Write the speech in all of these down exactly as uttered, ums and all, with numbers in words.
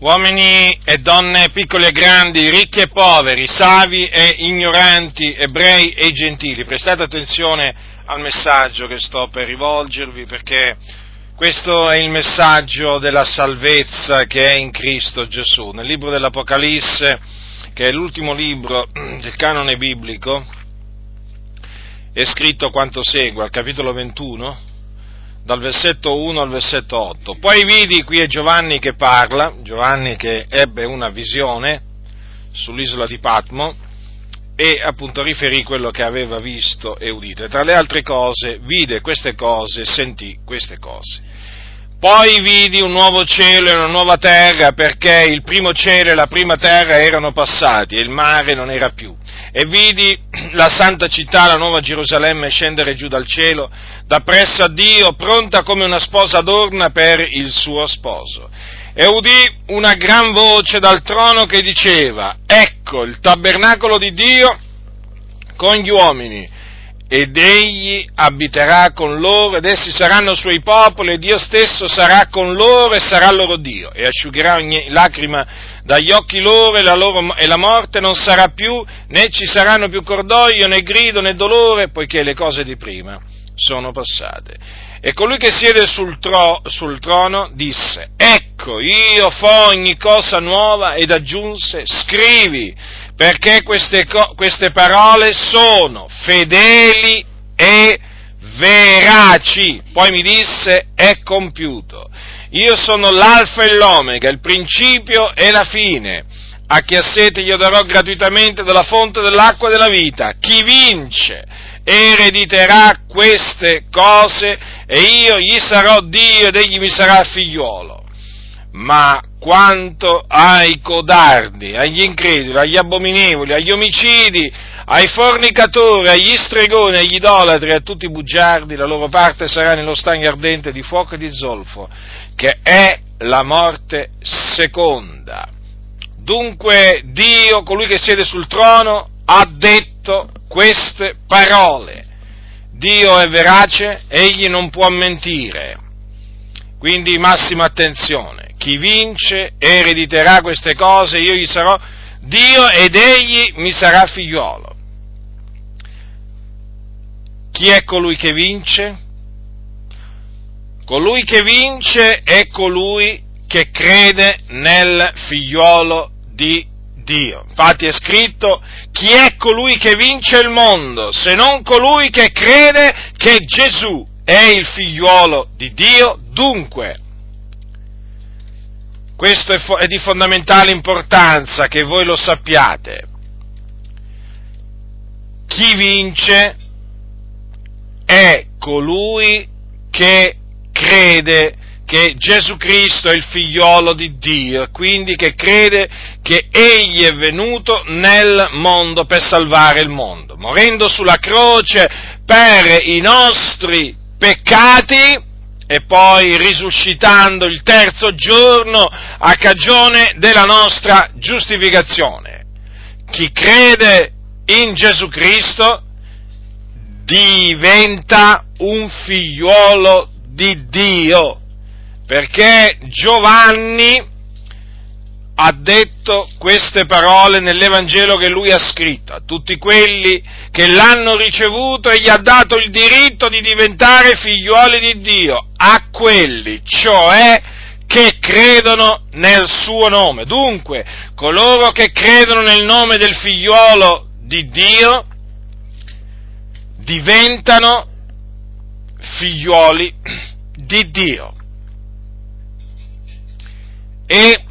uomini e donne, piccoli e grandi, ricchi e poveri, savi e ignoranti, ebrei e gentili, prestate attenzione al messaggio che sto per rivolgervi, perché questo è il messaggio della salvezza che è in Cristo Gesù. Nel libro dell'Apocalisse, che è l'ultimo libro del canone biblico, è scritto quanto segue, al capitolo ventuno, dal versetto uno al versetto otto. Poi vidi, qui è Giovanni che parla, Giovanni che ebbe una visione sull'isola di Patmo e appunto riferì quello che aveva visto e udito. E tra le altre cose vide queste cose, sentì queste cose. Poi vidi un nuovo cielo e una nuova terra, perché il primo cielo e la prima terra erano passati e il mare non era più. E vidi la santa città, la nuova Gerusalemme, scendere giù dal cielo, da presso a Dio, pronta come una sposa adorna per il suo sposo. E udì una gran voce dal trono che diceva: ecco il tabernacolo di Dio con gli uomini, ed egli abiterà con loro, ed essi saranno suoi popoli, e Dio stesso sarà con loro e sarà loro Dio, e asciugherà ogni lacrima dagli occhi loro, e la, loro, e la morte non sarà più, né ci saranno più cordoglio, né grido, né dolore, poiché le cose di prima sono passate. E colui che siede sul, tro, sul trono disse: ecco, io fo ogni cosa nuova, ed aggiunse: scrivi, perché queste, queste parole sono fedeli e veraci. Poi mi disse: è compiuto. Io sono l'alfa e l'omega, il principio e la fine. A chi ha sete io darò gratuitamente dalla fonte dell'acqua della vita. Chi vince erediterà queste cose, e io gli sarò Dio ed egli mi sarà figliuolo. Ma quanto ai codardi, agli increduli, agli abominevoli, agli omicidi, ai fornicatori, agli stregoni, agli idolatri, a tutti i bugiardi, la loro parte sarà nello stagno ardente di fuoco e di zolfo, che è la morte seconda. Dunque Dio, colui che siede sul trono, ha detto queste parole. Dio è verace, egli non può mentire. Quindi massima attenzione. Chi vince erediterà queste cose, io gli sarò Dio ed egli mi sarà figliuolo. Chi è colui che vince? Colui che vince è colui che crede nel figliuolo di Dio. Infatti è scritto: chi è colui che vince il mondo, se non colui che crede che Gesù è il figliuolo di Dio? Dunque, questo è, fo- è di fondamentale importanza che voi lo sappiate. Chi vince è colui che crede che Gesù Cristo è il figliolo di Dio, quindi che crede che Egli è venuto nel mondo per salvare il mondo, morendo sulla croce per i nostri peccati e poi risuscitando il terzo giorno a cagione della nostra giustificazione. Chi crede in Gesù Cristo diventa un figliuolo di Dio, perché Giovanni ha detto queste parole nell'Evangelo che lui ha scritto: a tutti quelli che l'hanno ricevuto e gli ha dato il diritto di diventare figliuoli di Dio, a quelli, cioè, che credono nel suo nome. Dunque, coloro che credono nel nome del figliuolo di Dio diventano figliuoli di Dio. E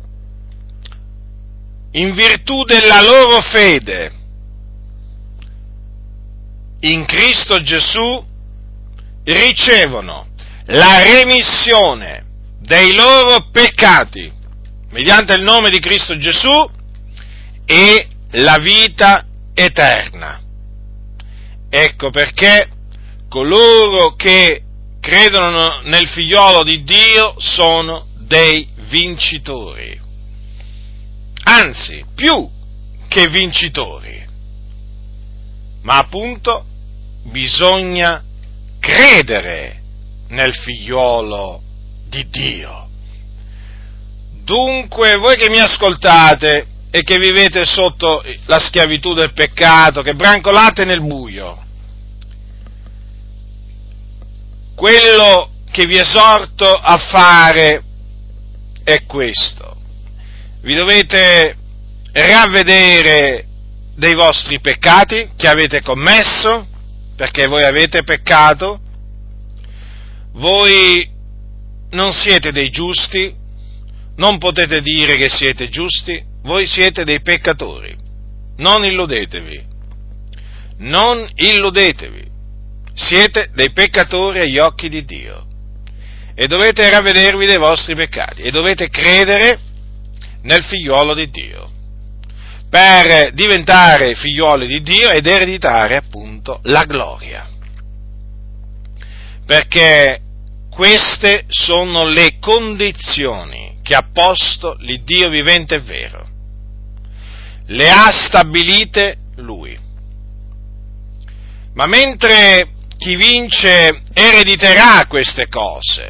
in virtù della loro fede in Cristo Gesù ricevono la remissione dei loro peccati mediante il nome di Cristo Gesù e la vita eterna. Ecco perché coloro che credono nel figliolo di Dio sono dei vincitori. Anzi, più che vincitori, ma appunto bisogna credere nel figliolo di Dio. Dunque, voi che mi ascoltate e che vivete sotto la schiavitù del peccato, che brancolate nel buio, quello che vi esorto a fare è questo: vi dovete ravvedere dei vostri peccati che avete commesso, perché voi avete peccato, voi non siete dei giusti, non potete dire che siete giusti, voi siete dei peccatori, non illudetevi, non illudetevi, siete dei peccatori agli occhi di Dio e dovete ravvedervi dei vostri peccati e dovete credere nel figliuolo di Dio per diventare figlioli di Dio ed ereditare appunto la gloria, perché queste sono le condizioni che ha posto l'Iddio vivente e vero, le ha stabilite Lui. Ma mentre chi vince erediterà queste cose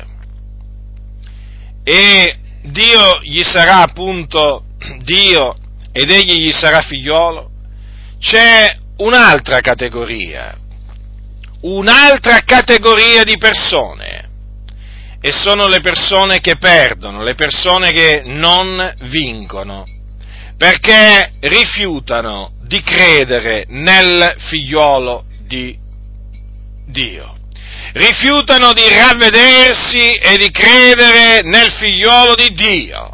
e Dio gli sarà appunto Dio ed egli gli sarà figliolo, c'è un'altra categoria, un'altra categoria di persone, e sono le persone che perdono, le persone che non vincono, perché rifiutano di credere nel figliolo di Dio, rifiutano di ravvedersi e di credere nel figliolo di Dio.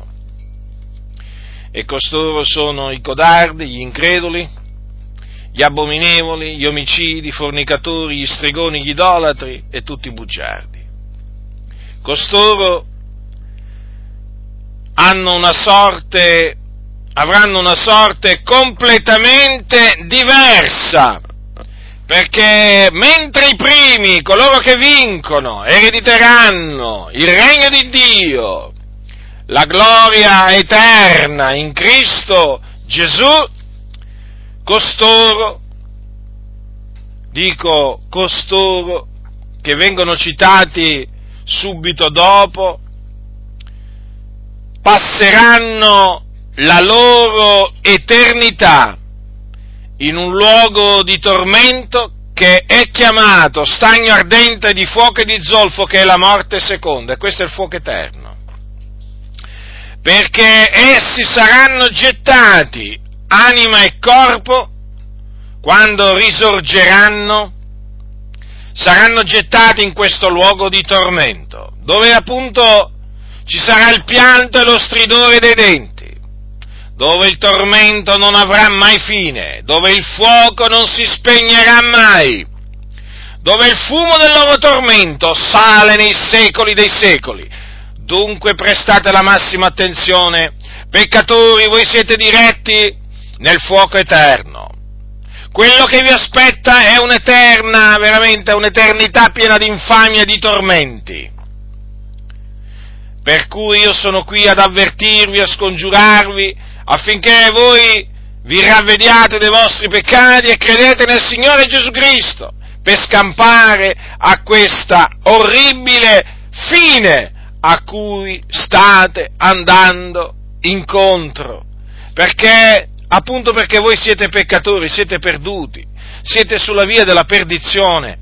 E costoro sono i codardi, gli increduli, gli abominevoli, gli omicidi, i fornicatori, gli stregoni, gli idolatri e tutti i bugiardi. Costoro hanno una sorte, avranno una sorte completamente diversa, perché mentre i primi, coloro che vincono, erediteranno il regno di Dio, la gloria eterna in Cristo Gesù, costoro, dico costoro che vengono citati subito dopo, passeranno la loro eternità in un luogo di tormento che è chiamato stagno ardente di fuoco e di zolfo, che è la morte seconda, e questo è il fuoco eterno. Perché essi saranno gettati, anima e corpo, quando risorgeranno, saranno gettati in questo luogo di tormento, dove appunto ci sarà il pianto e lo stridore dei denti, dove il tormento non avrà mai fine, dove il fuoco non si spegnerà mai, dove il fumo del loro tormento sale nei secoli dei secoli. Dunque prestate la massima attenzione, peccatori, voi siete diretti nel fuoco eterno. Quello che vi aspetta è un'eterna, veramente un'eternità piena di infamia e di tormenti. Per cui io sono qui ad avvertirvi, a scongiurarvi, affinché voi vi ravvediate dei vostri peccati e credete nel Signore Gesù Cristo, per scampare a questa orribile fine a cui state andando incontro, perché, appunto perché voi siete peccatori, siete perduti, siete sulla via della perdizione,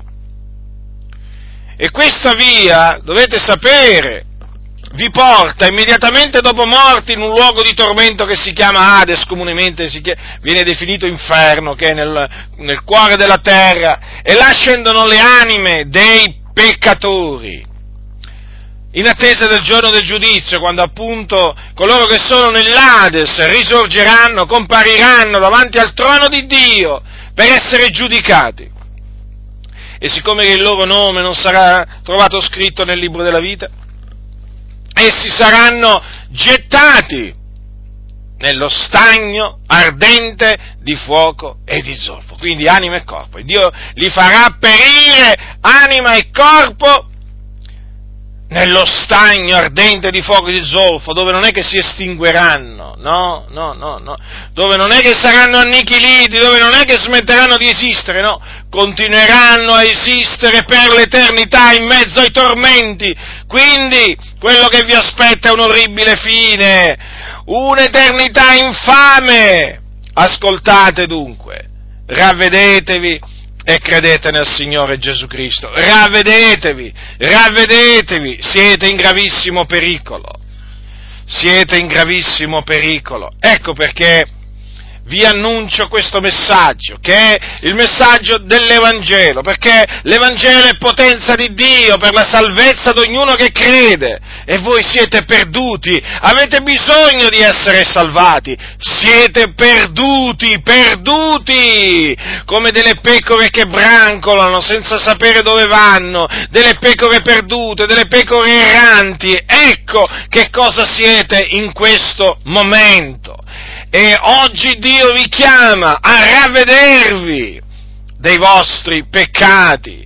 e questa via, dovete sapere, vi porta immediatamente dopo morti in un luogo di tormento che si chiama Hades, comunemente si chiama, viene definito inferno, che è nel, nel cuore della terra, e là scendono le anime dei peccatori, in attesa del giorno del giudizio, quando appunto coloro che sono nell'Hades risorgeranno, compariranno davanti al trono di Dio per essere giudicati. E siccome il loro nome non sarà trovato scritto nel libro della vita, essi saranno gettati nello stagno ardente di fuoco e di zolfo, quindi anima e corpo. E Dio li farà perire, anima e corpo, nello stagno ardente di fuoco e di zolfo, dove non è che si estingueranno, no, no, no, no, dove non è che saranno annichiliti, dove non è che smetteranno di esistere, no, continueranno a esistere per l'eternità in mezzo ai tormenti. Quindi quello che vi aspetta è un orribile fine, un'eternità infame. Ascoltate dunque, ravvedetevi e credete nel Signore Gesù Cristo. Ravvedetevi, ravvedetevi, siete in gravissimo pericolo, siete in gravissimo pericolo. Ecco perché vi annuncio questo messaggio, che è il messaggio dell'Evangelo, perché l'Evangelo è potenza di Dio per la salvezza di ognuno che crede, e voi siete perduti, avete bisogno di essere salvati, siete perduti, perduti, come delle pecore che brancolano senza sapere dove vanno, delle pecore perdute, delle pecore erranti. Ecco che cosa siete in questo momento. E oggi Dio vi chiama a ravvedervi dei vostri peccati.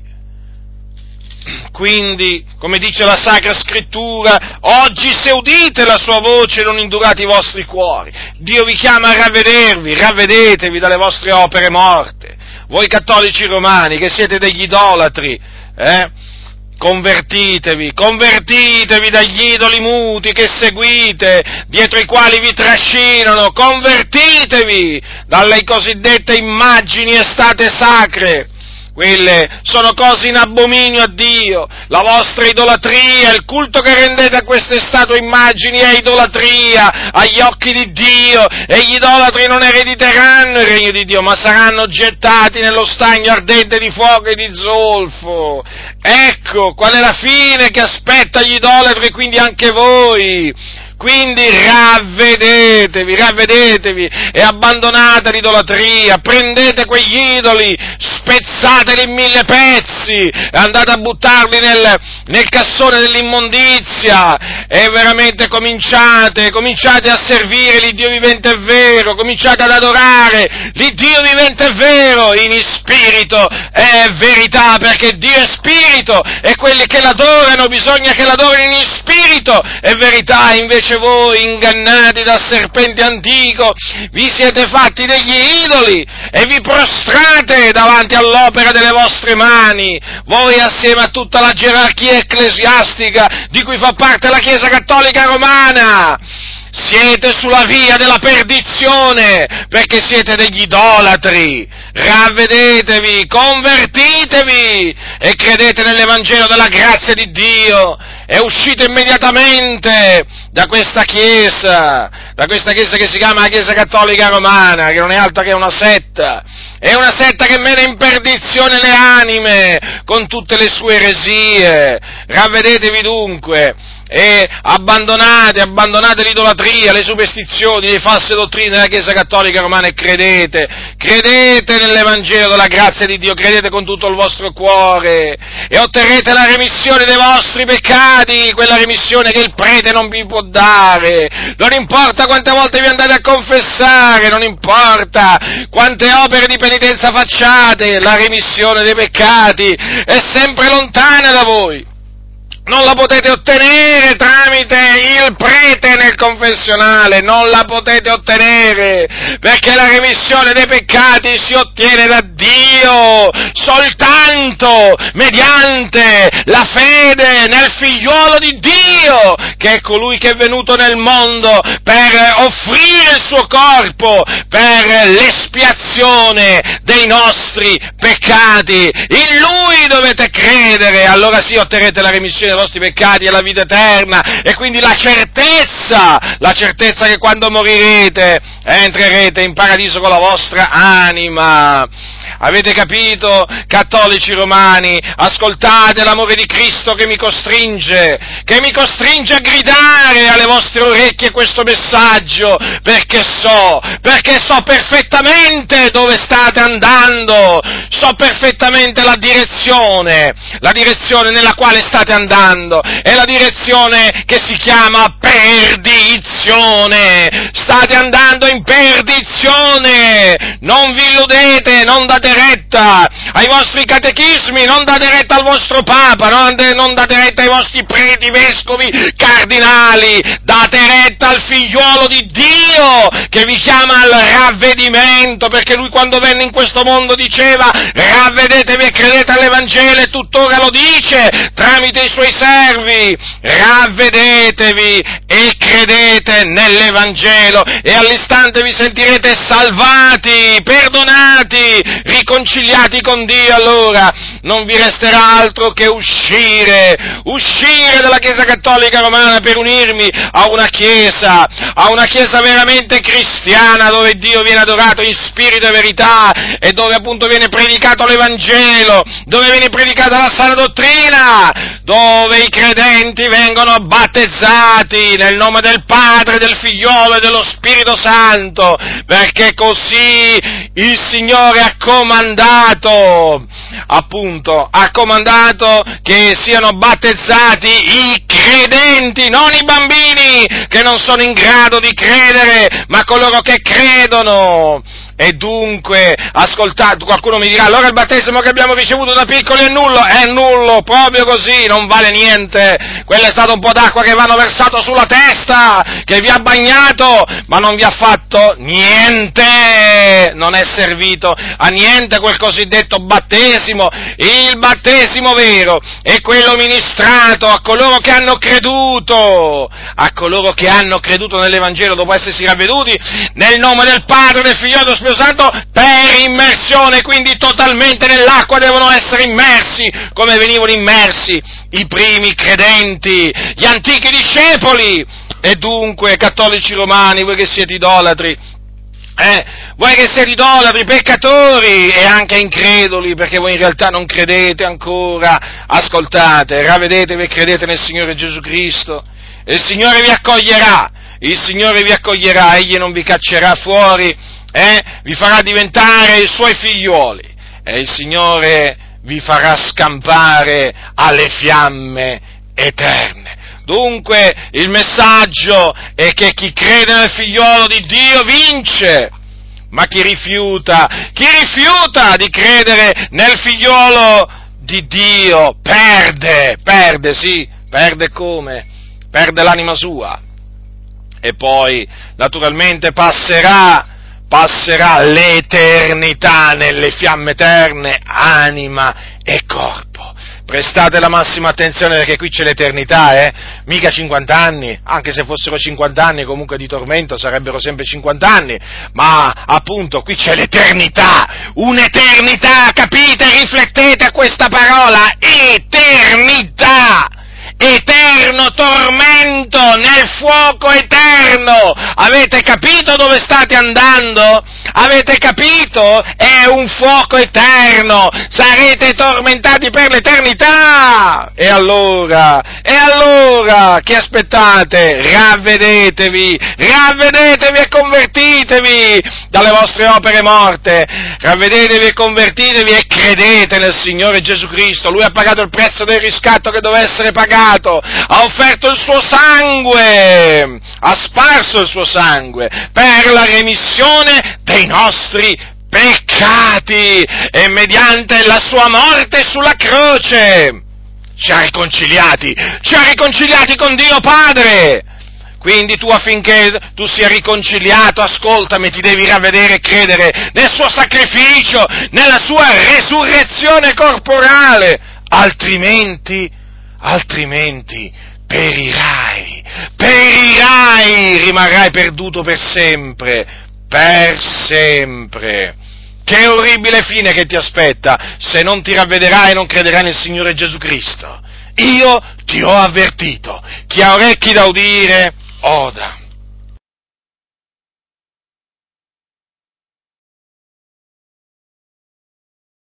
Quindi, come dice la Sacra Scrittura, oggi se udite la sua voce non indurate i vostri cuori. Dio vi chiama a ravvedervi, ravvedetevi dalle vostre opere morte. Voi cattolici romani che siete degli idolatri, eh? Convertitevi, convertitevi dagli idoli muti che seguite, dietro i quali vi trascinano, convertitevi dalle cosiddette immagini e state sacre. Quelle sono cose in abominio a Dio, la vostra idolatria, il culto che rendete a queste statue immagini è idolatria agli occhi di Dio, e gli idolatri non erediteranno il regno di Dio, ma saranno gettati nello stagno ardente di fuoco e di zolfo. Ecco qual è la fine che aspetta gli idolatri, quindi anche voi. Quindi ravvedetevi, ravvedetevi e abbandonate l'idolatria, prendete quegli idoli, spezzateli in mille pezzi e andate a buttarli nel, nel cassone dell'immondizia e veramente cominciate, cominciate a servire l'Iddio vivente e vero, cominciate ad adorare l'Iddio vivente e vero in spirito e verità, perché Dio è spirito e quelli che l'adorano bisogna che l'adorino in spirito e verità. Invece voi, ingannati dal serpente antico, vi siete fatti degli idoli e vi prostrate davanti all'opera delle vostre mani, voi assieme a tutta la gerarchia ecclesiastica di cui fa parte la Chiesa Cattolica Romana. Siete sulla via della perdizione, perché siete degli idolatri. Ravvedetevi, convertitevi e credete nell'Evangelo della grazia di Dio e uscite immediatamente da questa Chiesa, da questa Chiesa che si chiama la Chiesa Cattolica Romana, che non è altro che una setta. È una setta che mena in perdizione le anime con tutte le sue eresie. Ravvedetevi dunque e abbandonate, abbandonate l'idolatria, le superstizioni, le false dottrine della Chiesa Cattolica Romana e credete, credete nell'Evangelo della grazia di Dio, credete con tutto il vostro cuore e otterrete la remissione dei vostri peccati, quella remissione che il prete non vi può dare. Non importa quante volte vi andate a confessare, non importa quante opere di penitenza facciate, la remissione dei peccati è sempre lontana da voi. Non la potete ottenere tramite il prete nel confessionale, non la potete ottenere, perché la remissione dei peccati si ottiene da Dio, soltanto mediante la fede nel figliuolo di Dio, che è colui che è venuto nel mondo per offrire il suo corpo per l'espiazione dei nostri peccati. In Lui dovete credere, allora sì otterrete la remissione dei vostri peccati e la vita eterna, e quindi la certezza, la certezza che quando morirete entrerete in paradiso con la vostra anima. Avete capito, cattolici romani? Ascoltate l'amore di Cristo che mi costringe, che mi costringe a gridare alle vostre orecchie questo messaggio, perché so, perché so perfettamente dove state andando, so perfettamente la direzione, la direzione nella quale state andando, è la direzione che si chiama perdizione, state andando in perdizione, non vi illudete, non date retta ai vostri catechismi, non date retta al vostro Papa, non, non date retta ai vostri preti, vescovi, cardinali, date retta al figliuolo di Dio che vi chiama al ravvedimento, perché lui quando venne in questo mondo diceva: ravvedetevi e credete all'Evangelo, e tuttora lo dice tramite i suoi servi: ravvedetevi e credete nell'Evangelo, e all'istante vi sentirete salvati, perdonati, riconciliati con Dio. Allora non vi resterà altro che uscire, uscire dalla Chiesa Cattolica Romana per unirmi a una Chiesa, a una Chiesa veramente cristiana, dove Dio viene adorato in spirito e verità, e dove appunto viene predicato l'Evangelo, dove viene predicata la sana dottrina, dove i credenti vengono battezzati nel nome del Padre, del Figliolo e dello Spirito Santo, perché così il Signore ha comandato, appunto, ha comandato che siano battezzati i credenti, non i bambini che non sono in grado di credere, ma coloro che credono. E dunque, ascoltate, qualcuno mi dirà: allora il battesimo che abbiamo ricevuto da piccoli è nullo? È nullo, proprio così, non vale niente. Quello è stato un po' d'acqua che vi hanno versato sulla testa, che vi ha bagnato, ma non vi ha fatto niente, non è servito a niente quel cosiddetto battesimo. Il battesimo vero è quello ministrato a coloro che hanno creduto, a coloro che hanno creduto nell'Evangelo dopo essersi ravveduti, nel nome del Padre, del Figlio e dello Spirito Santo, per immersione, quindi totalmente nell'acqua devono essere immersi, come venivano immersi i primi credenti, gli antichi discepoli. E dunque, cattolici romani, voi che siete idolatri, eh, voi che siete idolatri, peccatori e anche increduli, perché voi in realtà non credete ancora, ascoltate, ravvedetevi e credete nel Signore Gesù Cristo, e il Signore vi accoglierà, il Signore vi accoglierà, Egli non vi caccerà fuori, Eh, vi farà diventare i suoi figliuoli, e il Signore vi farà scampare alle fiamme eterne. Dunque il messaggio è che chi crede nel figliolo di Dio vince, ma chi rifiuta, chi rifiuta di credere nel figliolo di Dio perde, perde, sì, perde come? Perde l'anima sua, e poi naturalmente passerà passerà l'eternità nelle fiamme eterne, anima e corpo. Prestate la massima attenzione, perché qui c'è l'eternità, eh? Mica cinquanta anni, anche se fossero cinquanta anni comunque di tormento sarebbero sempre cinquanta anni, ma appunto qui c'è l'eternità, un'eternità, capite? Riflettete a questa parola, eternità! Eterno tormento nel fuoco eterno. Avete capito dove state andando? Avete capito? È un fuoco eterno. Sarete tormentati per l'eternità. E allora, e allora, che aspettate? Ravvedetevi, ravvedetevi e convertitevi dalle vostre opere morte. Ravvedetevi e convertitevi e credete nel Signore Gesù Cristo. Lui ha pagato il prezzo del riscatto che doveva essere pagato. Ha offerto il suo sangue, ha sparso il suo sangue per la remissione dei nostri peccati, e mediante la sua morte sulla croce ci ha riconciliati, ci ha riconciliati con Dio Padre. Quindi tu, affinché tu sia riconciliato, ascoltami, ti devi ravvedere e credere nel suo sacrificio, nella sua resurrezione corporale, altrimenti Altrimenti perirai, perirai, rimarrai perduto per sempre, per sempre. Che orribile fine che ti aspetta se non ti ravvederai e non crederai nel Signore Gesù Cristo. Io ti ho avvertito, chi ha orecchi da udire, oda.